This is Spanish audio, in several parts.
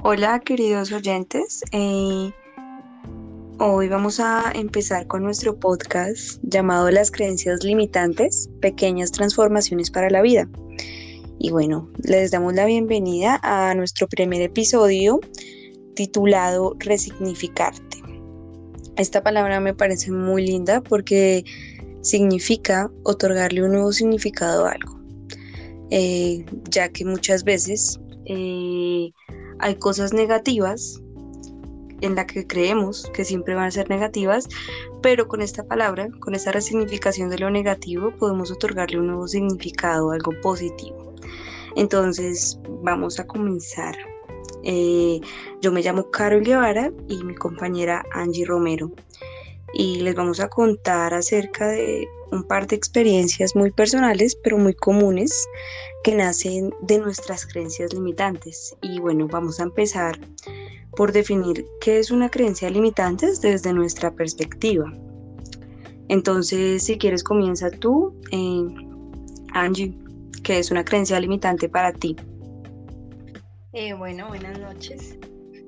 Hola queridos oyentes, hoy vamos a empezar con nuestro podcast llamado Las creencias limitantes, pequeñas transformaciones para la vida. Y bueno, les damos la bienvenida a nuestro primer episodio titulado Resignificarte. Esta palabra me parece muy linda porque significa otorgarle un nuevo significado a algo, ya que muchas veces hay cosas negativas en las que creemos que siempre van a ser negativas, pero con esta palabra, con esta resignificación de lo negativo, podemos otorgarle un nuevo significado, algo positivo. Entonces, vamos a comenzar. Yo me llamo Carol Guevara y mi compañera Angie Romero. Y les vamos a contar acerca de un par de experiencias muy personales, pero muy comunes, que nacen de nuestras creencias limitantes. Y bueno, vamos a empezar por definir qué es una creencia limitante desde nuestra perspectiva. Entonces, si quieres, comienza tú, Angie, ¿qué es una creencia limitante para ti? Buenas noches.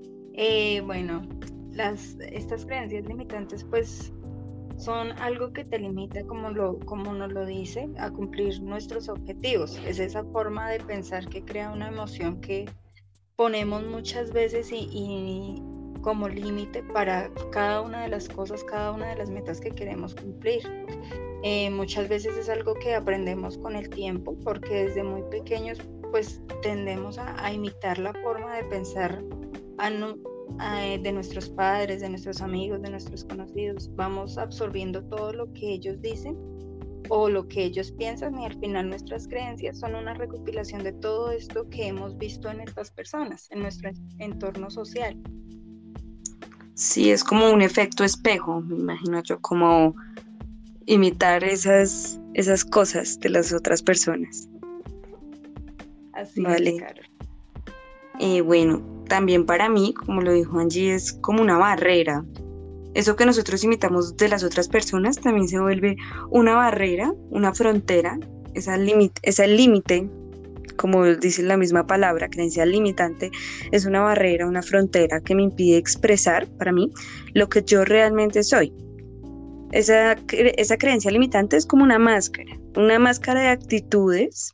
Estas creencias limitantes pues son algo que te limita, como nos lo dice, a cumplir nuestros objetivos. Es esa forma de pensar que crea una emoción que ponemos muchas veces y como límite para cada una de las cosas, cada una de las metas que queremos cumplir. Muchas veces es algo que aprendemos con el tiempo, porque desde muy pequeños pues tendemos a imitar la forma de pensar de nuestros padres, de nuestros amigos, de nuestros conocidos. Vamos absorbiendo todo lo que ellos dicen o lo que ellos piensan, y al final nuestras creencias son una recopilación de todo esto que hemos visto en estas personas, en nuestro entorno social. Sí, es como un efecto espejo, me imagino yo, como imitar esas cosas de las otras personas. Así vale. es, Carol. Bueno, también para mí, como lo dijo Angie, es como una barrera. Eso que nosotros imitamos de las otras personas también se vuelve una barrera, una frontera, ese límite, como dice la misma palabra, creencia limitante, es una barrera, una frontera que me impide expresar para mí lo que yo realmente soy. Esa creencia limitante es como una máscara de actitudes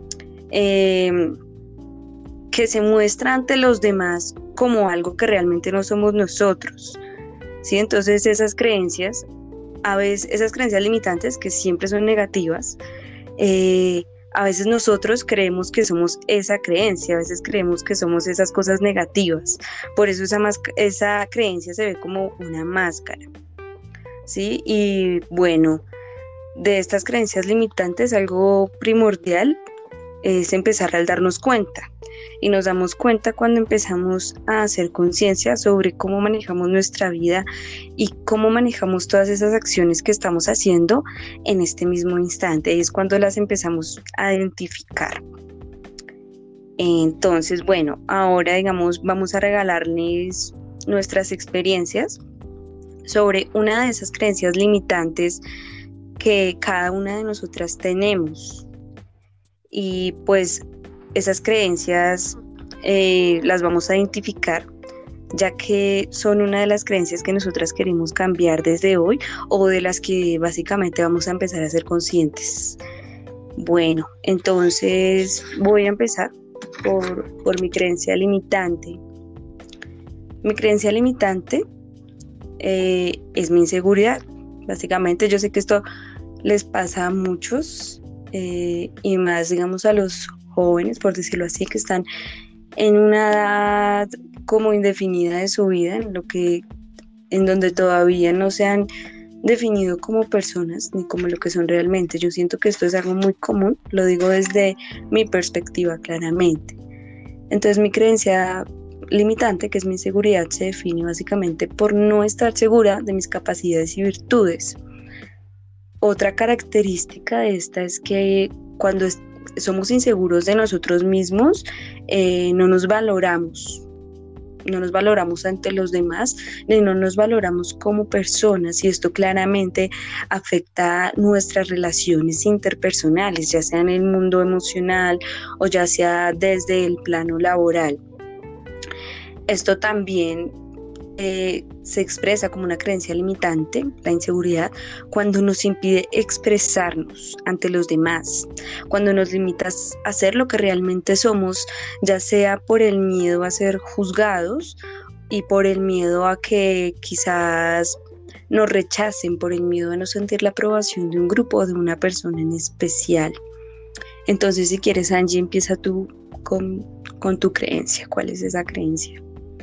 que se muestra ante los demás como algo que realmente no somos nosotros, ¿sí? Entonces esas creencias limitantes que siempre son negativas, a veces nosotros creemos que somos esa creencia, a veces creemos que somos esas cosas negativas, por eso esa creencia se ve como una máscara, ¿sí? Y bueno, de estas creencias limitantes algo primordial es empezar a darnos cuenta, y nos damos cuenta cuando empezamos a hacer conciencia sobre cómo manejamos nuestra vida y cómo manejamos todas esas acciones que estamos haciendo en este mismo instante, y es cuando las empezamos a identificar. Entonces, bueno, ahora vamos a regalarles nuestras experiencias sobre una de esas creencias limitantes que cada una de nosotras tenemos. Y pues esas creencias las vamos a identificar, ya que son una de las creencias que nosotras queremos cambiar desde hoy, o de las que básicamente vamos a empezar a ser conscientes. Bueno, entonces voy a empezar por mi creencia limitante. Mi creencia limitante es mi inseguridad. Básicamente yo sé que esto les pasa a muchos, y más, digamos, a los jóvenes, por decirlo así, que están en una edad como indefinida de su vida, en donde todavía no se han definido como personas ni como lo que son realmente. Yo siento que esto es algo muy común, lo digo desde mi perspectiva claramente. Entonces mi creencia limitante, que es mi inseguridad, se define básicamente por no estar segura de mis capacidades y virtudes. Otra característica de esta es que cuando somos inseguros de nosotros mismos, no nos valoramos ante los demás, ni no nos valoramos como personas, y esto claramente afecta nuestras relaciones interpersonales, ya sea en el mundo emocional o ya sea desde el plano laboral. Esto también se expresa como una creencia limitante, la inseguridad, cuando nos impide expresarnos ante los demás, cuando nos limitas a ser lo que realmente somos, ya sea por el miedo a ser juzgados y por el miedo a que quizás nos rechacen, por el miedo a no sentir la aprobación de un grupo o de una persona en especial. Entonces, si quieres, Angie, empieza tú con tu creencia. ¿Cuál es esa creencia?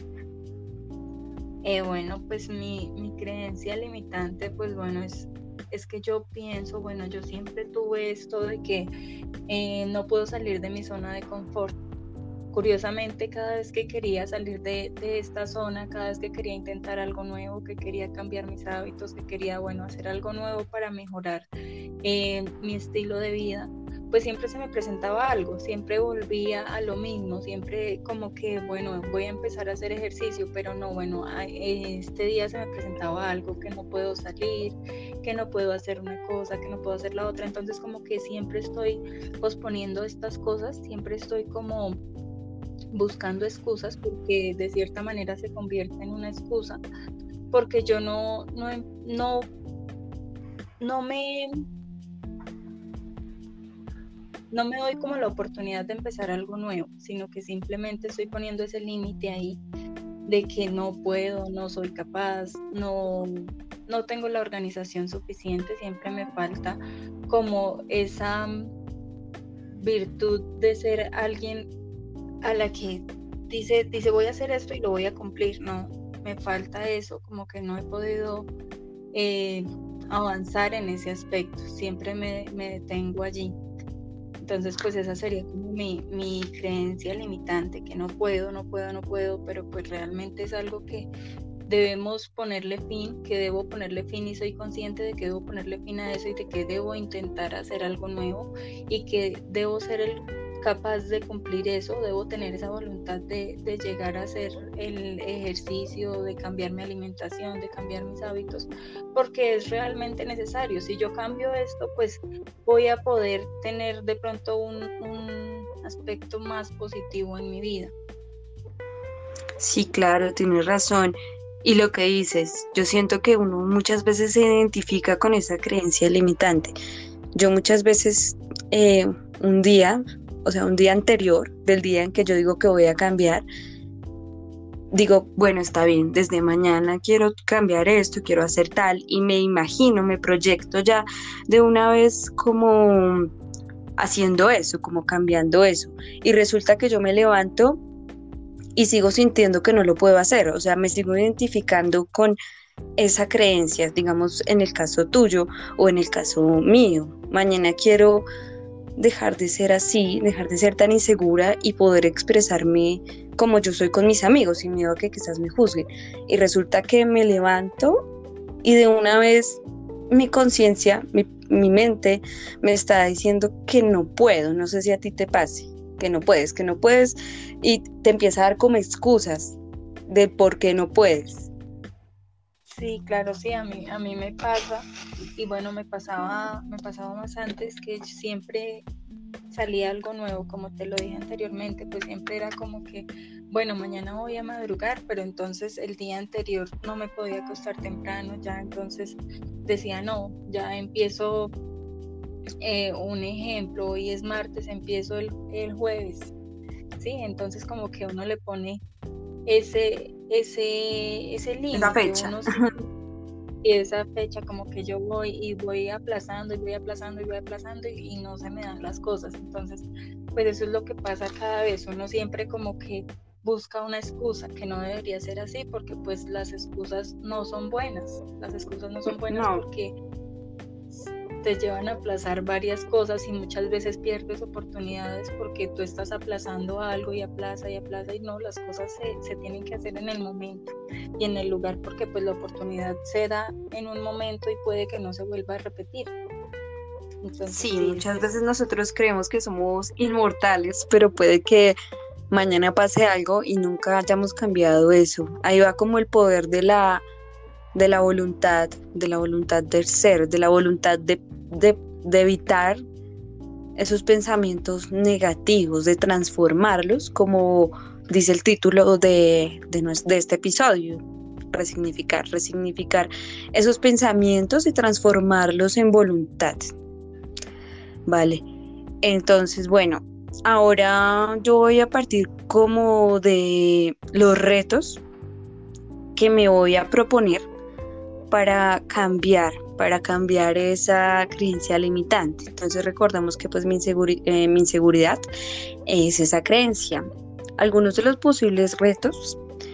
Bueno, pues mi creencia limitante, pues bueno, es que yo pienso, bueno, yo siempre tuve esto de que no puedo salir de mi zona de confort. Curiosamente, cada vez que quería salir de esta zona, cada vez que quería intentar algo nuevo, que quería cambiar mis hábitos, que quería, bueno, hacer algo nuevo para mejorar mi estilo de vida, pues siempre se me presentaba algo, siempre volvía a lo mismo, siempre como que, bueno, voy a empezar a hacer ejercicio, pero no, bueno, este día se me presentaba algo, que no puedo salir, que no puedo hacer una cosa, que no puedo hacer la otra, entonces como que siempre estoy posponiendo estas cosas, siempre estoy como buscando excusas, porque de cierta manera se convierte en una excusa, porque yo no me doy como la oportunidad de empezar algo nuevo, sino que simplemente estoy poniendo ese límite ahí de que no puedo, no soy capaz, no tengo la organización suficiente, siempre me falta como esa virtud de ser alguien a la que dice voy a hacer esto y lo voy a cumplir. No, me falta eso, como que no he podido avanzar en ese aspecto, siempre me detengo allí. Entonces pues esa sería como mi creencia limitante, que no puedo, pero pues realmente es algo que debemos ponerle fin, que debo ponerle fin, y soy consciente de que debo ponerle fin a eso y de que debo intentar hacer algo nuevo y que debo ser capaz de cumplir eso, debo tener esa voluntad de llegar a hacer el ejercicio, de cambiar mi alimentación, de cambiar mis hábitos, porque es realmente necesario. Si yo cambio esto, pues voy a poder tener de pronto un aspecto más positivo en mi vida. Sí, claro, tienes razón. Y lo que dices, yo siento que uno muchas veces se identifica con esa creencia limitante. Yo muchas veces un día anterior del día en que yo digo que voy a cambiar, digo, bueno, está bien, desde mañana quiero cambiar esto, quiero hacer tal, y me imagino, me proyecto ya de una vez como haciendo eso, como cambiando eso. Y resulta que yo me levanto y sigo sintiendo que no lo puedo hacer, o sea, me sigo identificando con esa creencia, digamos, en el caso tuyo o en el caso mío. Mañana quiero dejar de ser así, dejar de ser tan insegura y poder expresarme como yo soy con mis amigos, sin miedo a que quizás me juzguen. Y resulta que me levanto y de una vez mi conciencia, mi mente me está diciendo que no puedo. No sé si a ti te pase, que no puedes, y te empieza a dar como excusas de por qué no puedes. Sí, claro, sí, a mí me pasa, y bueno, me pasaba más antes, que siempre salía algo nuevo, como te lo dije anteriormente, pues siempre era como que, bueno, mañana voy a madrugar, pero entonces el día anterior no me podía acostar temprano, ya entonces decía, no, ya empiezo, un ejemplo, hoy es martes, empiezo el jueves, ¿sí? Entonces como que uno le pone ese límite, Esa fecha. Y esa fecha, como que yo voy aplazando y no se me dan las cosas. Entonces pues eso es lo que pasa cada vez, uno siempre como que busca una excusa, que no debería ser así, porque pues las excusas no son buenas, No. porque te llevan a aplazar varias cosas y muchas veces pierdes oportunidades porque tú estás aplazando algo y aplaza y no, las cosas se tienen que hacer en el momento y en el lugar, porque pues la oportunidad se da en un momento y puede que no se vuelva a repetir. Entonces, sí, muchas veces nosotros creemos que somos inmortales, pero puede que mañana pase algo y nunca hayamos cambiado eso. Ahí va como el poder de la voluntad, del ser, de la voluntad de evitar esos pensamientos negativos, de transformarlos como dice el título de este episodio, resignificar esos pensamientos y transformarlos en voluntad. Vale, entonces, bueno, ahora yo voy a partir como de los retos que me voy a proponer para cambiar esa creencia limitante. Entonces recordamos que pues mi inseguridad es esa creencia. Algunos de los posibles retos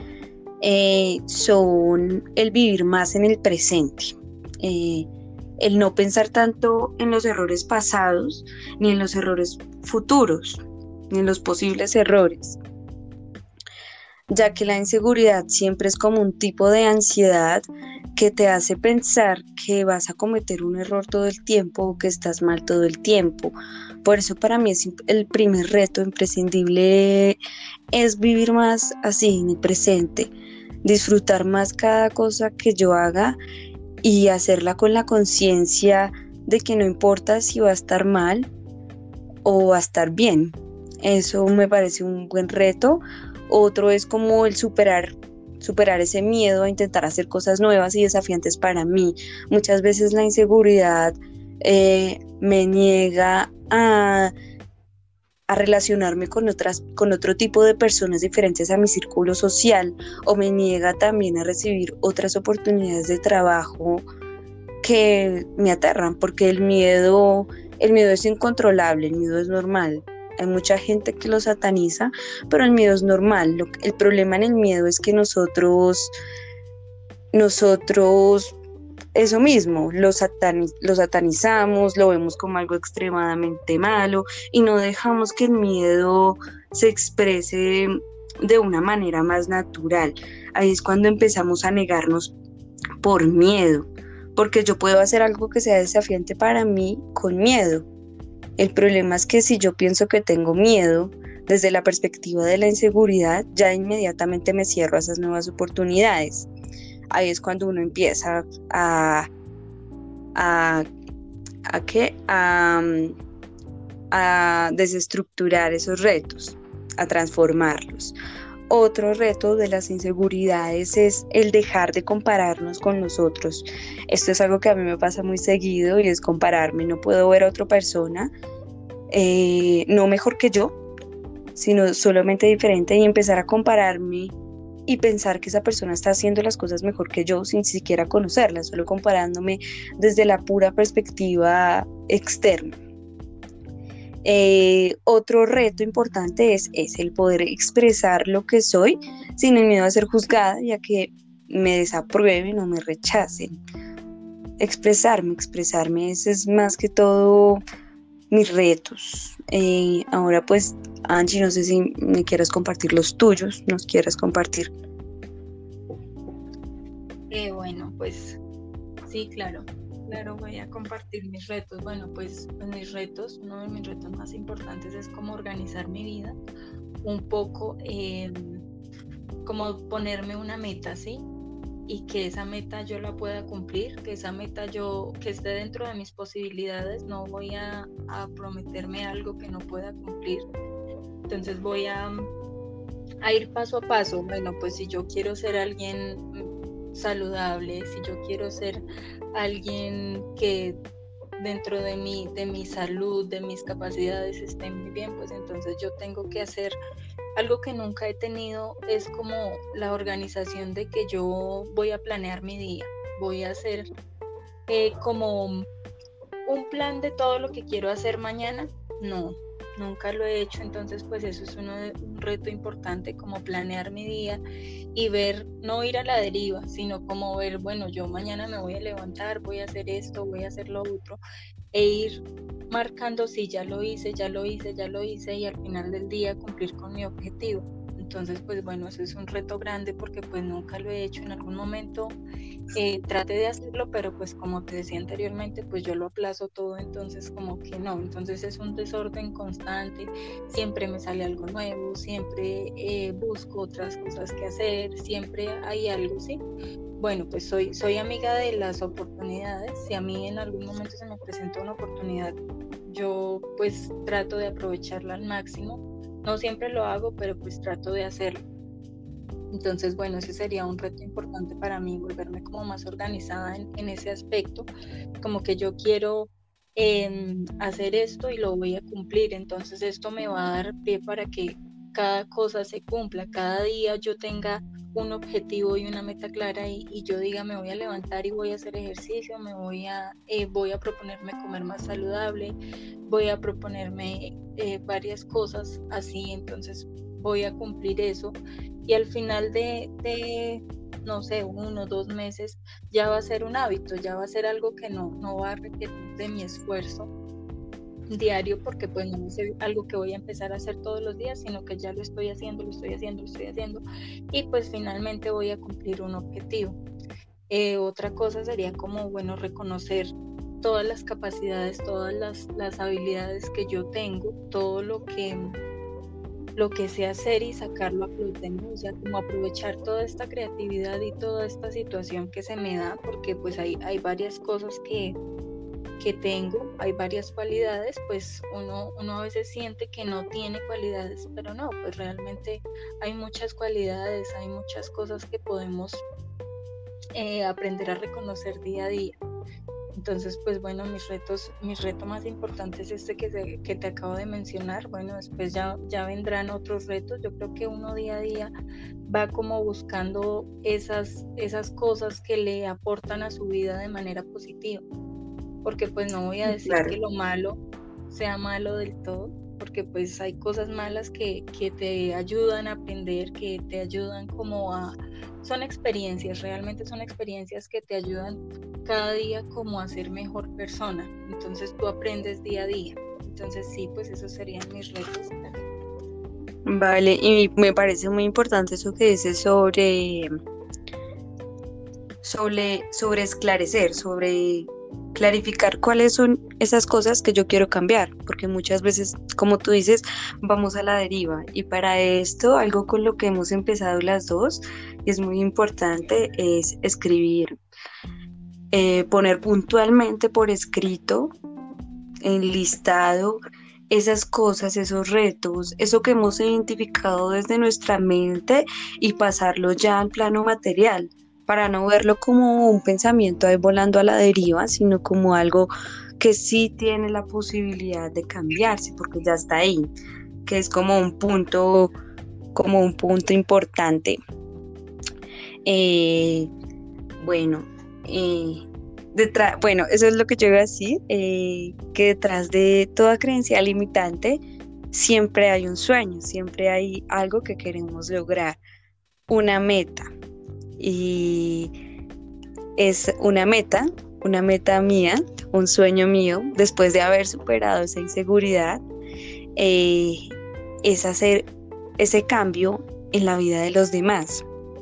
son el vivir más en el presente, el no pensar tanto en los errores pasados, ni en los errores futuros, ni en los posibles errores, ya que la inseguridad siempre es como un tipo de ansiedad que te hace pensar que vas a cometer un error todo el tiempo o que estás mal todo el tiempo. Por eso para mí es el primer reto imprescindible es vivir más así en el presente, disfrutar más cada cosa que yo haga y hacerla con la conciencia de que no importa si va a estar mal o va a estar bien. Eso me parece un buen reto. Otro es como el superar ese miedo a intentar hacer cosas nuevas y desafiantes para mí. Muchas veces la inseguridad me niega a relacionarme con otro tipo de personas diferentes a mi círculo social, o me niega también a recibir otras oportunidades de trabajo que me aterran, porque el miedo es incontrolable, el miedo es normal. Hay mucha gente que lo sataniza, pero el miedo es normal. El problema en el miedo es que nosotros eso mismo, lo satanizamos, lo vemos como algo extremadamente malo y no dejamos que el miedo se exprese de una manera más natural. Ahí es cuando empezamos a negarnos por miedo, porque yo puedo hacer algo que sea desafiante para mí con miedo. El problema es que si yo pienso que tengo miedo desde la perspectiva de la inseguridad, ya inmediatamente me cierro a esas nuevas oportunidades. Ahí es cuando uno empieza a desestructurar esos retos, a transformarlos. Otro reto de las inseguridades es el dejar de compararnos con los otros. Esto es algo que a mí me pasa muy seguido y es compararme. No puedo ver a otra persona, no mejor que yo, sino solamente diferente, y empezar a compararme y pensar que esa persona está haciendo las cosas mejor que yo sin siquiera conocerla, solo comparándome desde la pura perspectiva externa. Otro reto importante es el poder expresar lo que soy sin el miedo a ser juzgada y a que me desaprueben y no me rechacen. Expresarme, ese es más que todo mis retos. Ahora pues, Angie, no sé si me quieras compartir los tuyos, nos quieras compartir. Bueno, pues sí, claro, voy a compartir mis retos. Bueno, pues mis retos, uno de mis retos más importantes es cómo organizar mi vida, un poco como ponerme una meta, ¿sí? Y que esa meta yo la pueda cumplir, que esa meta que esté dentro de mis posibilidades. No voy a prometerme algo que no pueda cumplir. Entonces voy a ir paso a paso. Bueno, pues si yo quiero ser alguien saludable, si yo quiero ser alguien que dentro de mi salud, de mis capacidades esté muy bien, pues entonces yo tengo que hacer algo que nunca he tenido, es como la organización de que yo voy a planear mi día, voy a hacer como un plan de todo lo que quiero hacer mañana. No, nunca lo he hecho. Entonces pues eso es un reto importante, como planear mi día y ver, no ir a la deriva, sino como ver, bueno, yo mañana me voy a levantar, voy a hacer esto, voy a hacer lo otro, e ir marcando si ya lo hice y al final del día cumplir con mi objetivo. Entonces pues bueno, eso es un reto grande porque pues nunca lo he hecho. En algún momento traté de hacerlo, pero pues como te decía anteriormente, pues yo lo aplazo todo, entonces como que no, entonces es un desorden constante, siempre me sale algo nuevo, siempre busco otras cosas que hacer, siempre hay algo, ¿sí? Bueno, pues soy amiga de las oportunidades. Si a mí en algún momento se me presenta una oportunidad, yo pues trato de aprovecharla al máximo. No siempre lo hago, pero pues trato de hacerlo. Entonces, bueno, ese sería un reto importante para mí, volverme como más organizada en ese aspecto, como que yo quiero hacer esto y lo voy a cumplir, entonces esto me va a dar pie para que cada cosa se cumpla, cada día yo tenga un objetivo y una meta clara y yo diga me voy a levantar y voy a hacer ejercicio, voy a proponerme comer más saludable, voy a proponerme varias cosas así, entonces voy a cumplir eso y al final de no sé, 1 o 2 meses ya va a ser un hábito, ya va a ser algo que no va a requerir de mi esfuerzo diario, porque pues no es algo que voy a empezar a hacer todos los días, sino que ya lo estoy haciendo y pues finalmente voy a cumplir un objetivo. Otra cosa sería como, bueno, reconocer todas las capacidades, todas las habilidades que yo tengo, todo lo que sé hacer y sacarlo a flote, ¿no? O sea, como aprovechar toda esta creatividad y toda esta situación que se me da, porque pues hay varias cosas que tengo, hay varias cualidades, pues uno a veces siente que no tiene cualidades, pero no, pues realmente hay muchas cualidades, hay muchas cosas que podemos aprender a reconocer día a día. Entonces, pues bueno, mi reto más importante es este que te acabo de mencionar. Bueno, después ya vendrán otros retos. Yo creo que uno día a día va como buscando esas cosas que le aportan a su vida de manera positiva. Porque pues no voy a decir que lo malo sea malo del todo, porque pues hay cosas malas que te ayudan a aprender, que te ayudan son experiencias, realmente son experiencias que te ayudan cada día como a ser mejor persona, entonces tú aprendes día a día, entonces sí, pues esos serían mis retos. Vale, y me parece muy importante eso que dices sobre esclarecer, sobre clarificar cuáles son esas cosas que yo quiero cambiar, porque muchas veces, como tú dices, vamos a la deriva y para esto, algo con lo que hemos empezado las dos, y es muy importante, es escribir, poner puntualmente por escrito, enlistado, esas cosas, esos retos, eso que hemos identificado desde nuestra mente y pasarlo ya al plano material, para no verlo como un pensamiento ahí volando a la deriva, sino como algo que sí tiene la posibilidad de cambiarse, porque ya está ahí, que es como un punto importante. Bueno, eso es lo que yo iba a decir, que detrás de toda creencia limitante siempre hay un sueño, siempre hay algo que queremos lograr, una meta. Y es una meta mía, un sueño mío, después de haber superado esa inseguridad, es hacer ese cambio en la vida de los demás.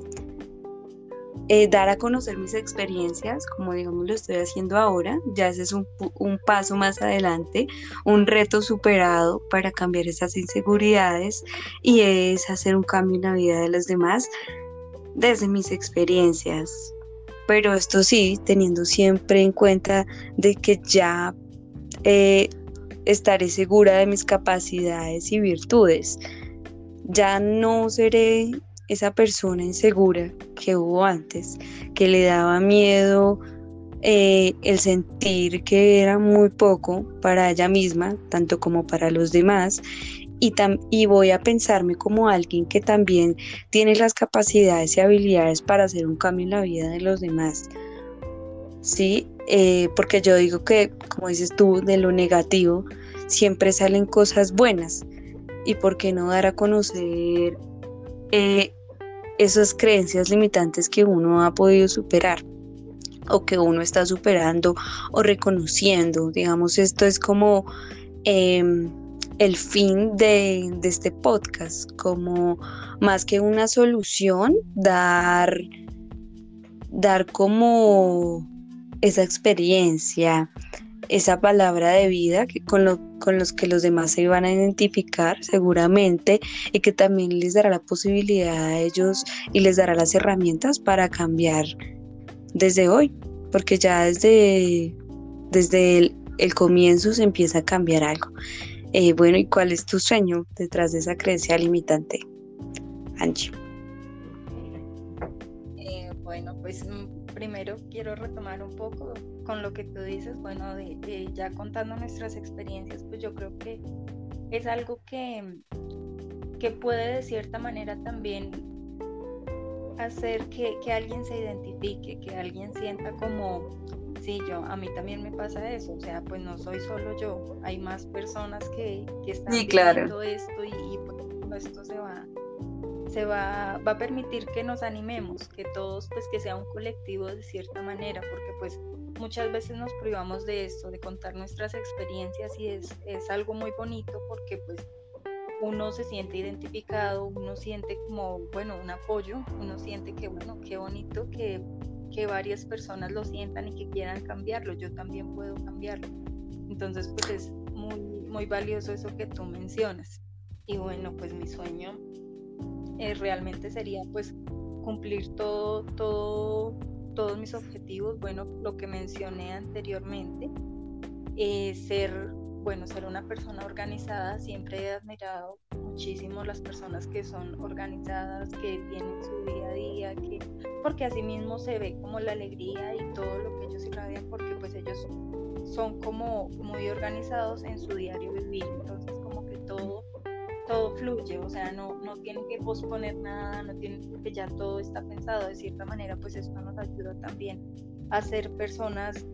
Dar a conocer mis experiencias, como digamos lo estoy haciendo ahora, ya ese es un paso más adelante, un reto superado para cambiar esas inseguridades y es hacer un cambio en la vida de los demás desde mis experiencias, pero esto sí, teniendo siempre en cuenta de que ya estaré segura de mis capacidades y virtudes, ya no seré esa persona insegura que hubo antes, que le daba miedo el sentir que era muy poco para ella misma, tanto como para los demás, y voy a pensarme como alguien que también tiene las capacidades y habilidades para hacer un cambio en la vida de los demás, ¿sí? Porque yo digo que, como dices tú, de lo negativo siempre salen cosas buenas, y por qué no dar a conocer esas creencias limitantes que uno ha podido superar o que uno está superando o reconociendo. Digamos, esto es como el fin de este podcast, como más que una solución, dar como esa experiencia, esa palabra de vida que con los que los demás se van a identificar seguramente, y que también les dará la posibilidad a ellos y les dará las herramientas para cambiar desde hoy, porque ya desde el comienzo se empieza a cambiar algo. Bueno, ¿y cuál es tu sueño detrás de esa creencia limitante, Angie? Bueno, pues primero quiero retomar un poco con lo que tú dices, bueno, ya contando nuestras experiencias, pues yo creo que es algo que puede de cierta manera también hacer que alguien se identifique, que alguien sienta como, sí, a mí también me pasa eso, o sea, pues no soy solo yo, hay más personas que están Sí, claro. viviendo esto y pues esto va a permitir que nos animemos, que todos, pues que sea un colectivo de cierta manera, porque pues muchas veces nos privamos de esto, de contar nuestras experiencias y es algo muy bonito porque pues uno se siente identificado, uno siente como, bueno, un apoyo, uno siente que, bueno, qué bonito que varias personas lo sientan y que quieran cambiarlo, yo también puedo cambiarlo. Entonces, pues es muy, muy valioso eso que tú mencionas. Y bueno, pues mi sueño realmente sería pues cumplir todos mis objetivos, bueno, lo que mencioné anteriormente, ser una persona organizada. Siempre he admirado muchísimo las personas que son organizadas, que tienen su día a día, porque así mismo se ve como la alegría y todo lo que ellos irradian, porque pues ellos son como muy organizados en su diario vivir, entonces como que todo fluye, o sea, no tienen que posponer nada, no tienen que ya todo está pensado. De cierta manera pues esto nos ayuda también a ser personas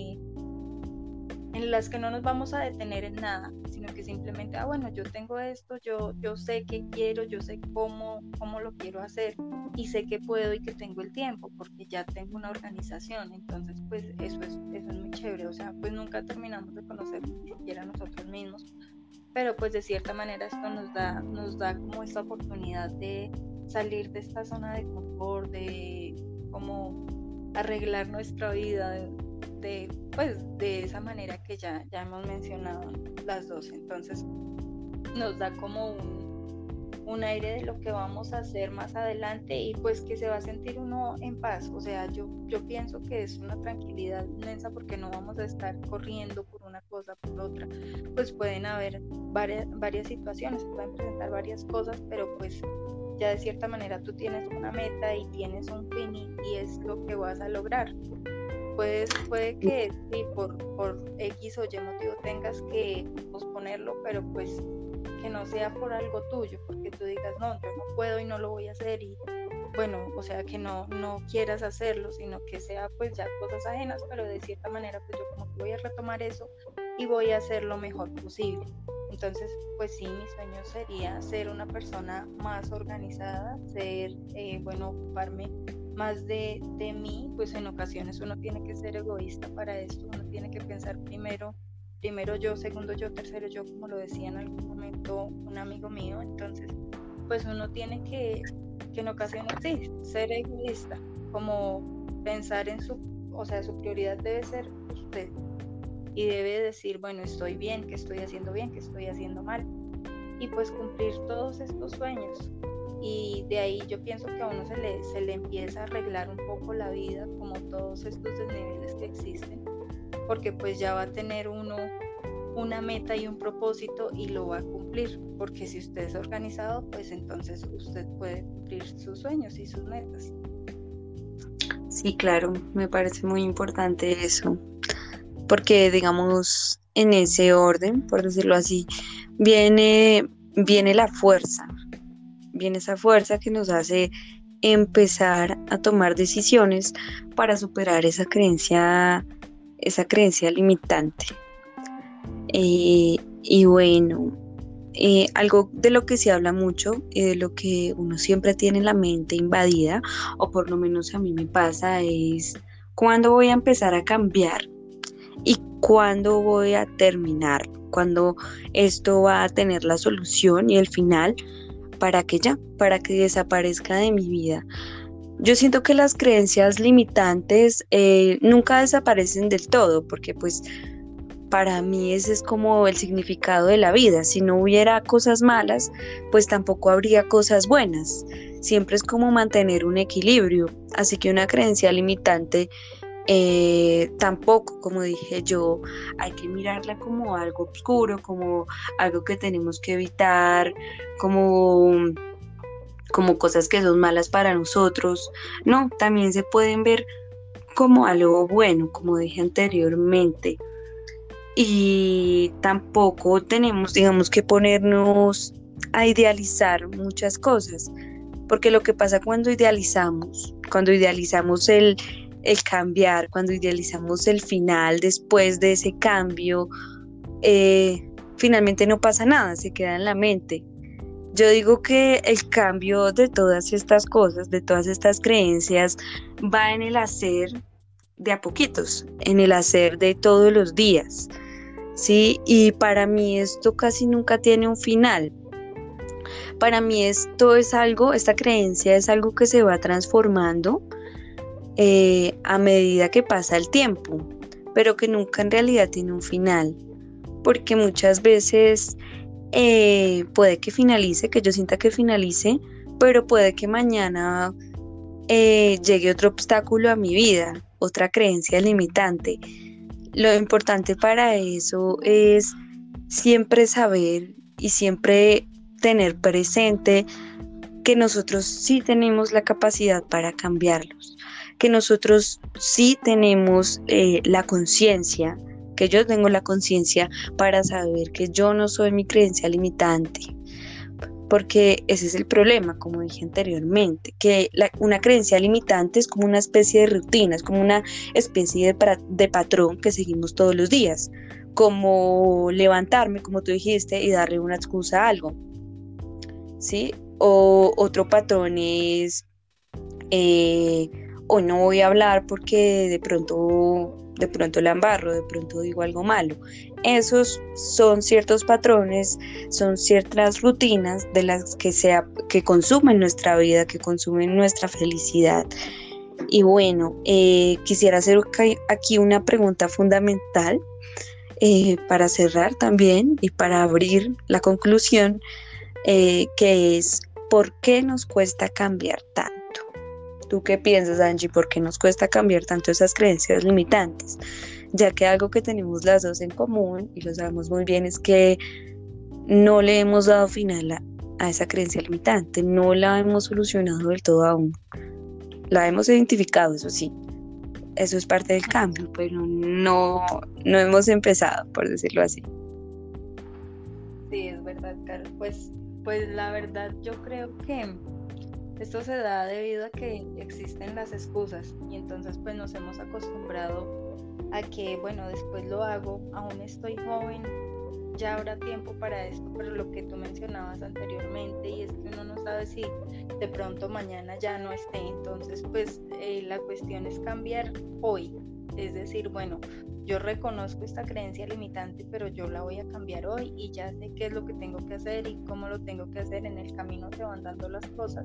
en las que no nos vamos a detener en nada, sino que simplemente, bueno, yo tengo esto, yo sé qué quiero, yo sé cómo lo quiero hacer y sé que puedo y que tengo el tiempo porque ya tengo una organización. Entonces pues eso es muy chévere, o sea, pues nunca terminamos de conocer ni siquiera nosotros mismos, pero pues de cierta manera esto nos da como esta oportunidad de salir de esta zona de confort, de como arreglar nuestra vida de esa manera que ya hemos mencionado las dos. Entonces nos da como un aire de lo que vamos a hacer más adelante y pues que se va a sentir uno en paz. O sea, yo pienso que es una tranquilidad inmensa porque no vamos a estar corriendo por una cosa, por otra. Pues pueden haber varias situaciones, pueden presentar varias cosas, pero pues ya de cierta manera tú tienes una meta y tienes un fin y es lo que vas a lograr. Puede que sí, por X o Y motivo tengas que posponerlo, pero pues que no sea por algo tuyo, porque tú digas, no, yo no puedo y no lo voy a hacer, y bueno, o sea, que no quieras hacerlo, sino que sea pues ya cosas ajenas, pero de cierta manera pues yo como que voy a retomar eso y voy a hacer lo mejor posible. Entonces, pues sí, mi sueño sería ser una persona más organizada, ocuparme más de mí. Pues en ocasiones uno tiene que ser egoísta para esto, uno tiene que pensar primero yo, segundo yo, tercero yo, como lo decía en algún momento un amigo mío. Entonces, pues uno tiene que en ocasiones sí, ser egoísta, como pensar en su prioridad debe ser usted y debe decir, bueno, estoy bien, que estoy haciendo mal, y pues cumplir todos estos sueños. Y de ahí yo pienso que a uno se le empieza a arreglar un poco la vida, como todos estos desniveles que existen, porque pues ya va a tener uno una meta y un propósito y lo va a cumplir, porque si usted es organizado, pues entonces usted puede cumplir sus sueños y sus metas. Sí, claro, me parece muy importante eso, porque digamos en ese orden, por decirlo así, viene la fuerza, viene esa fuerza que nos hace empezar a tomar decisiones para superar esa creencia limitante. Y bueno, algo de lo que se habla mucho y de lo que uno siempre tiene la mente invadida, o por lo menos a mí me pasa, es cuándo voy a empezar a cambiar y cuándo voy a terminar, cuándo esto va a tener la solución y el final para que desaparezca de mi vida. Yo siento que las creencias limitantes nunca desaparecen del todo, porque pues para mí ese es como el significado de la vida. Si no hubiera cosas malas, pues tampoco habría cosas buenas. Siempre es como mantener un equilibrio. Así que una creencia limitante Tampoco, como dije yo, hay que mirarla como algo oscuro, como algo que tenemos que evitar, como, como cosas que son malas para nosotros. No, también se pueden ver como algo bueno, como dije anteriormente. Y tampoco tenemos, digamos, que ponernos a idealizar muchas cosas, porque lo que pasa cuando idealizamos el cambiar, cuando idealizamos el final después de ese cambio, finalmente no pasa nada, se queda en la mente. Yo digo que el cambio de todas estas cosas, de todas estas creencias, va en el hacer de a poquitos, en el hacer de todos los días, ¿sí? Y para mí esto casi nunca tiene un final. Para mí esto es algo, esta creencia es algo que se va transformando a medida que pasa el tiempo, pero que nunca en realidad tiene un final, porque muchas veces puede que finalice, que yo sienta que finalice, pero puede que mañana llegue otro obstáculo a mi vida, otra creencia limitante. Lo importante para eso es siempre saber y siempre tener presente que nosotros sí tenemos la capacidad para cambiarlos, que nosotros sí tenemos la conciencia, que yo tengo la conciencia para saber que yo no soy mi creencia limitante, porque ese es el problema, como dije anteriormente, que una creencia limitante es como una especie de rutina, es como una especie de patrón que seguimos todos los días, como levantarme, como tú dijiste, y darle una excusa a algo, ¿sí? O otro patrón es, hoy no voy a hablar porque de pronto la embarro, de pronto digo algo malo. Esos son ciertos patrones, son ciertas rutinas de las que consumen nuestra vida, que consumen nuestra felicidad. Y bueno, quisiera hacer aquí una pregunta fundamental para cerrar también y para abrir la conclusión, que es: ¿por qué nos cuesta cambiar tanto? ¿Tú qué piensas, Angie? ¿Por qué nos cuesta cambiar tanto esas creencias limitantes? Ya que algo que tenemos las dos en común, y lo sabemos muy bien, es que no le hemos dado final a esa creencia limitante, no la hemos solucionado del todo aún. La hemos identificado, eso sí, eso es parte del cambio, pero no hemos empezado, por decirlo así. Sí, es verdad, Carlos. Pues la verdad yo creo que esto se da debido a que existen las excusas y entonces pues nos hemos acostumbrado a que, bueno, después lo hago, aún estoy joven, ya habrá tiempo para esto, pero lo que tú mencionabas anteriormente, y es que uno no sabe si de pronto mañana ya no esté, entonces pues la cuestión es cambiar hoy, es decir, bueno, yo reconozco esta creencia limitante, pero yo la voy a cambiar hoy y ya sé qué es lo que tengo que hacer y cómo lo tengo que hacer. En el camino se van dando las cosas.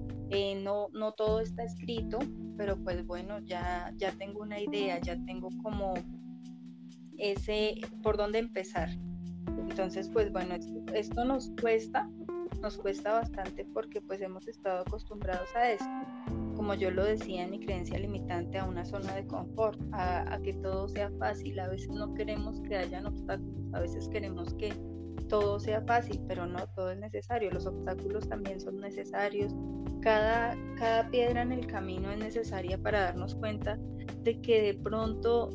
No todo está escrito, pero pues bueno, ya tengo una idea, ya tengo como ese por dónde empezar. Entonces pues bueno, esto nos cuesta bastante porque pues hemos estado acostumbrados a esto, como yo lo decía en mi creencia limitante, a una zona de confort, a que todo sea fácil. A veces no queremos que hayan obstáculos, a veces queremos que todo sea fácil, pero no todo es necesario, los obstáculos también son necesarios, cada piedra en el camino es necesaria para darnos cuenta de que de pronto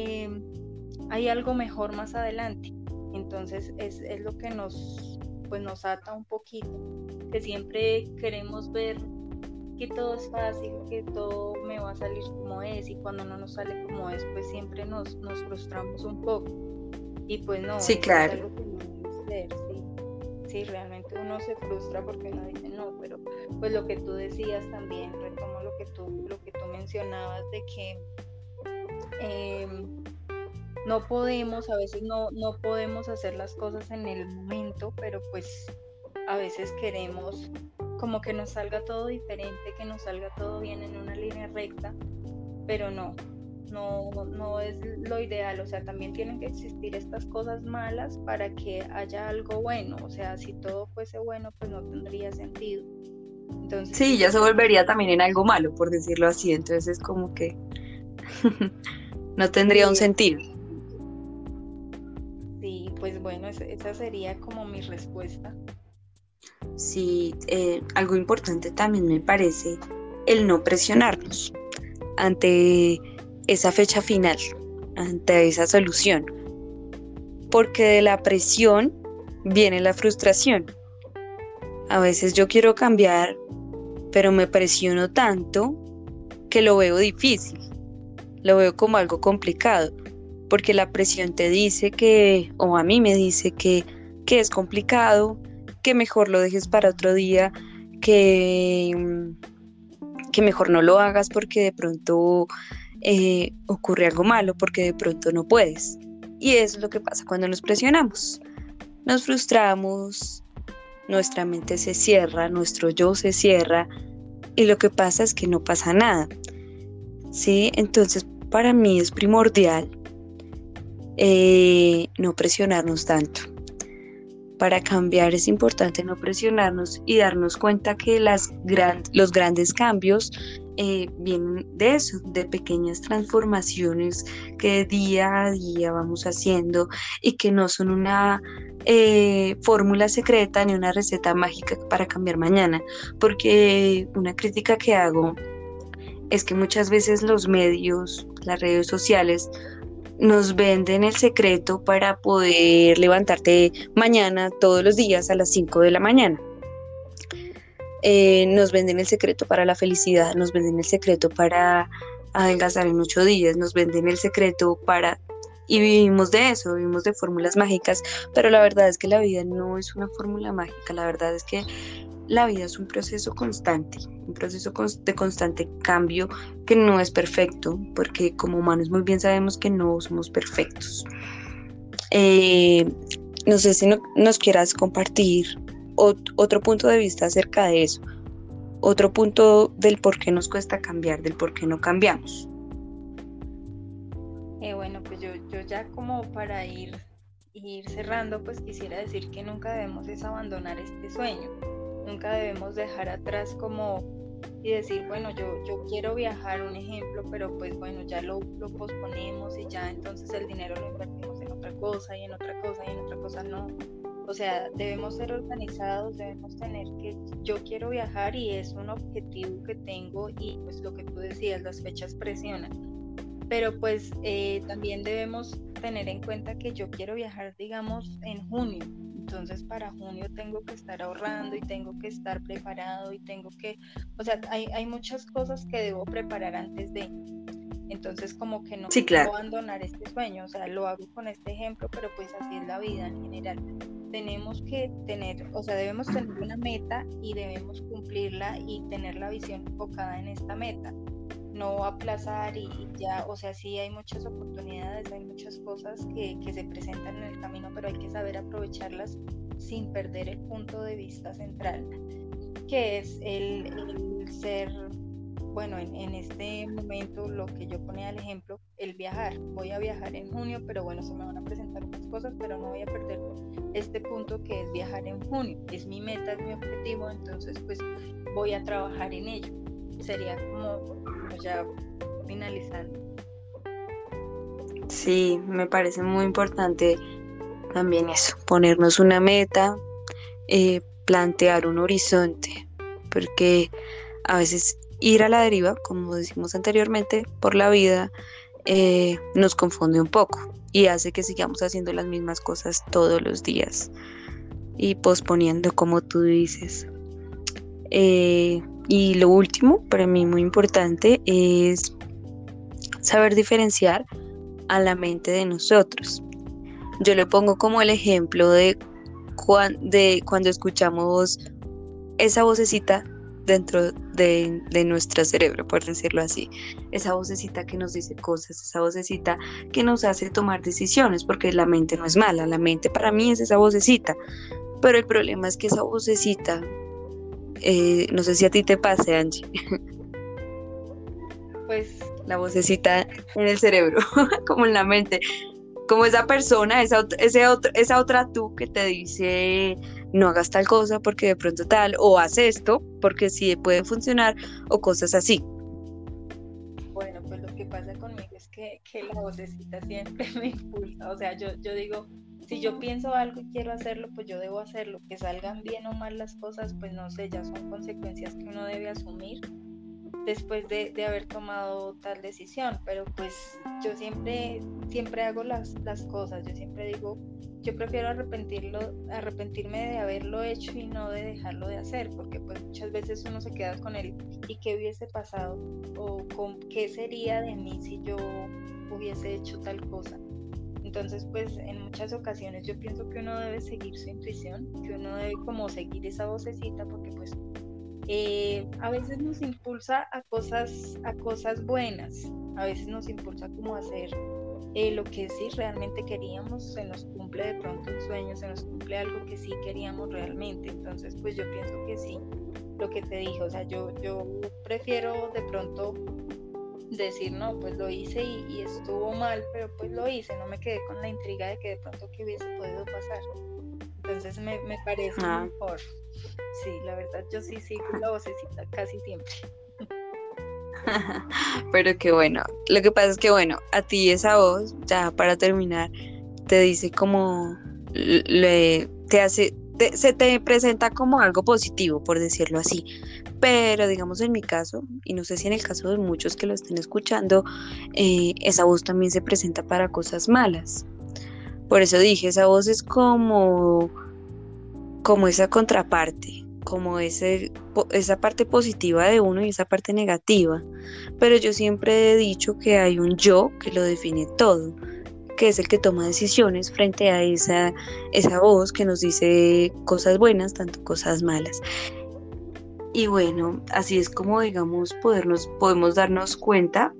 hay algo mejor más adelante. Entonces es lo que nos ata un poquito, que siempre queremos ver que todo es fácil, que todo me va a salir como es, y cuando no nos sale como es, pues siempre nos frustramos un poco. Y pues no, Sí, claro. es algo que no debe ser, sí, realmente uno se frustra porque uno dice no, pero pues lo que tú decías también, retomo lo que tú mencionabas de que no podemos, a veces no podemos hacer las cosas en el momento, pero pues a veces queremos como que nos salga todo diferente, que nos salga todo bien en una línea recta, pero no es lo ideal. O sea, también tienen que existir estas cosas malas para que haya algo bueno. O sea, si todo fuese bueno, pues no tendría sentido. Entonces, Sí, ya se volvería también en algo malo, por decirlo así, entonces es como que No tendría un Sí, sentido. sí, pues bueno, esa sería como mi respuesta. Sí, algo importante también me parece el no presionarnos ante esa fecha final, ante esa solución, porque de la presión viene la frustración. A veces yo quiero cambiar, pero me presiono tanto que lo veo difícil, lo veo como algo complicado, porque la presión te dice que, o a mí me dice que es complicado, que mejor lo dejes para otro día, que, que mejor no lo hagas porque de pronto ocurre algo malo, porque de pronto no puedes. Y eso es lo que pasa cuando nos presionamos. Nos frustramos, nuestra mente se cierra, nuestro yo se cierra y lo que pasa es que no pasa nada. ¿Sí? Entonces, para mí es primordial no presionarnos tanto. Para cambiar es importante no presionarnos y darnos cuenta que los grandes cambios vienen de eso, de pequeñas transformaciones que día a día vamos haciendo y que no son una fórmula secreta ni una receta mágica para cambiar mañana, porque una crítica que hago es que muchas veces los medios, las redes sociales, nos venden el secreto para poder levantarte mañana todos los días a las 5 de la mañana. Nos venden el secreto para la felicidad, nos venden el secreto para adelgazar en 8 días, nos venden el secreto para... Y vivimos de eso, vivimos de fórmulas mágicas, pero la verdad es que la vida no es una fórmula mágica, la verdad es que la vida es un proceso constante, un proceso de constante cambio que no es perfecto, porque como humanos muy bien sabemos que no somos perfectos. Eh, no sé si nos quieras compartir otro punto de vista acerca de eso, otro punto del por qué nos cuesta cambiar, del por qué no cambiamos. Bueno, pues yo ya como para ir cerrando, pues quisiera decir que nunca debemos es abandonar este sueño. Nunca debemos dejar atrás como y decir, bueno, yo quiero viajar, un ejemplo, pero pues bueno, ya lo posponemos y ya entonces el dinero lo invertimos en otra cosa y en otra cosa y en otra cosa no. O sea, debemos ser organizados, debemos tener que yo quiero viajar y es un objetivo que tengo y pues lo que tú decías, las fechas presionan. Pero pues también debemos tener en cuenta que yo quiero viajar, digamos, en junio. Entonces para junio tengo que estar ahorrando y tengo que estar preparado y tengo que, o sea, hay muchas cosas que debo preparar antes de. Entonces como que no Sí, puedo claro. abandonar este sueño, o sea, lo hago con este ejemplo, pero pues así es la vida en general. Tenemos que tener, o sea, debemos tener una meta y debemos cumplirla y tener la visión enfocada en esta meta. No aplazar y ya, o sea, sí hay muchas oportunidades, hay muchas cosas que se presentan en el camino, pero hay que saber aprovecharlas sin perder el punto de vista central, que es el ser, bueno, en este momento lo que yo ponía al ejemplo, el viajar. Voy a viajar en junio, pero bueno, se me van a presentar otras cosas, pero no voy a perder este punto que es viajar en junio. Es mi meta, es mi objetivo, entonces pues voy a trabajar en ello. Sería como ya finalizando. Sí, me parece muy importante también eso, ponernos una meta, plantear un horizonte, porque a veces ir a la deriva, como decimos anteriormente, por la vida, nos confunde un poco y hace que sigamos haciendo las mismas cosas todos los días y posponiendo, como tú dices. Y lo último, para mí muy importante, es saber diferenciar a la mente de nosotros. Yo le pongo como el ejemplo de cuando escuchamos esa vocecita dentro de nuestro cerebro, por decirlo así, esa vocecita que nos dice cosas, esa vocecita que nos hace tomar decisiones, porque la mente no es mala, la mente para mí es esa vocecita, pero el problema es que esa vocecita, no sé si a ti te pase, Angie, Pues la vocecita en el cerebro, como en la mente, como esa persona, esa otra tú que te dice no hagas tal cosa porque de pronto tal, o haz esto porque sí puede funcionar, o cosas así. bueno, pues lo que pasa conmigo que la vocecita siempre me impulsa. O sea, yo digo, si yo pienso algo y quiero hacerlo, pues yo debo hacerlo. Que salgan bien o mal las cosas, pues no sé, ya son consecuencias que uno debe asumir después de haber tomado tal decisión. Pero pues yo siempre hago las cosas. Yo siempre digo, yo prefiero arrepentirme de haberlo hecho y no de dejarlo de hacer, porque pues muchas veces uno se queda con el ¿y qué hubiese pasado? O con qué sería de mí si yo hubiese hecho tal cosa. Entonces pues en muchas ocasiones yo pienso que uno debe seguir su intuición, que uno debe como seguir esa vocecita, porque pues a veces nos impulsa a cosas buenas, a veces nos impulsa como a hacer lo que sí realmente queríamos, se nos cumple de pronto un sueño, se nos cumple algo que sí queríamos realmente. Entonces pues yo pienso que sí, lo que te dije, o sea, yo prefiero de pronto decir, no, pues lo hice y estuvo mal, pero pues lo hice, no me quedé con la intriga de que de pronto qué hubiese podido pasar. Entonces me parece mejor. Sí, la verdad yo sí sigo la vocecita casi siempre. Pero que bueno, lo que pasa es que bueno, a ti esa voz, ya para terminar, te dice como, se te presenta como algo positivo, por decirlo así. Pero digamos en mi caso, y no sé si en el caso de muchos que lo estén escuchando, esa voz también se presenta para cosas malas. Por eso dije, esa voz es como esa contraparte, como esa parte positiva de uno y esa parte negativa. Pero yo siempre he dicho que hay un yo que lo define todo, que es el que toma decisiones frente a esa voz que nos dice cosas buenas, tanto cosas malas. Y bueno, así es como, digamos, podemos darnos cuenta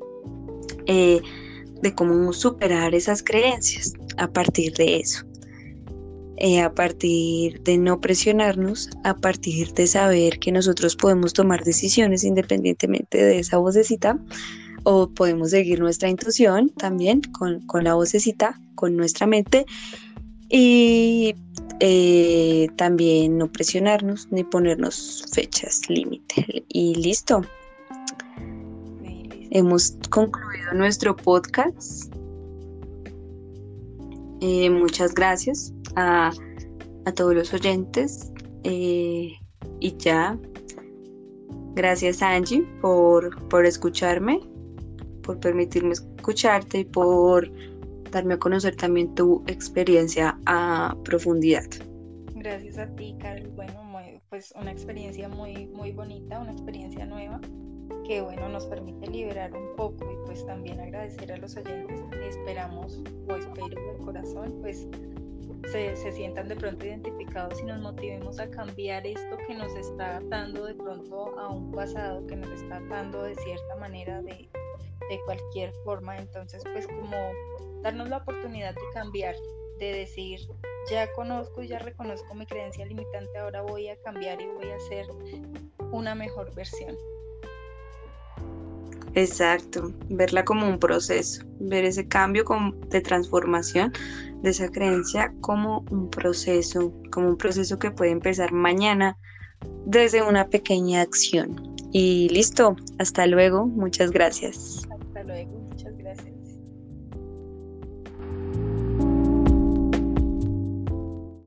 de cómo superar esas creencias a partir de eso. A partir de no presionarnos, a partir de saber que nosotros podemos tomar decisiones independientemente de esa vocecita, o podemos seguir nuestra intuición también con la vocecita, con nuestra mente, y también no presionarnos ni ponernos fechas límite. Y listo. Hemos concluido nuestro podcast. Muchas gracias a todos los oyentes, y ya, gracias Angie por escucharme, por permitirme escucharte y por darme a conocer también tu experiencia a profundidad. Gracias a ti, Carol. Bueno, pues una experiencia muy, muy bonita, una experiencia nueva que bueno, nos permite liberar un poco, y pues también agradecer a los oyentes. Esperamos o espero de corazón pues se sientan de pronto identificados y nos motivemos a cambiar esto que nos está atando de pronto a un pasado, que nos está atando de cierta manera de cualquier forma. Entonces pues como darnos la oportunidad de cambiar, de decir, ya conozco y ya reconozco mi creencia limitante, ahora voy a cambiar y voy a ser una mejor versión. Exacto, verla como un proceso, ver ese cambio de transformación de esa creencia como un proceso que puede empezar mañana desde una pequeña acción. Y listo, hasta luego, muchas gracias. Hasta luego.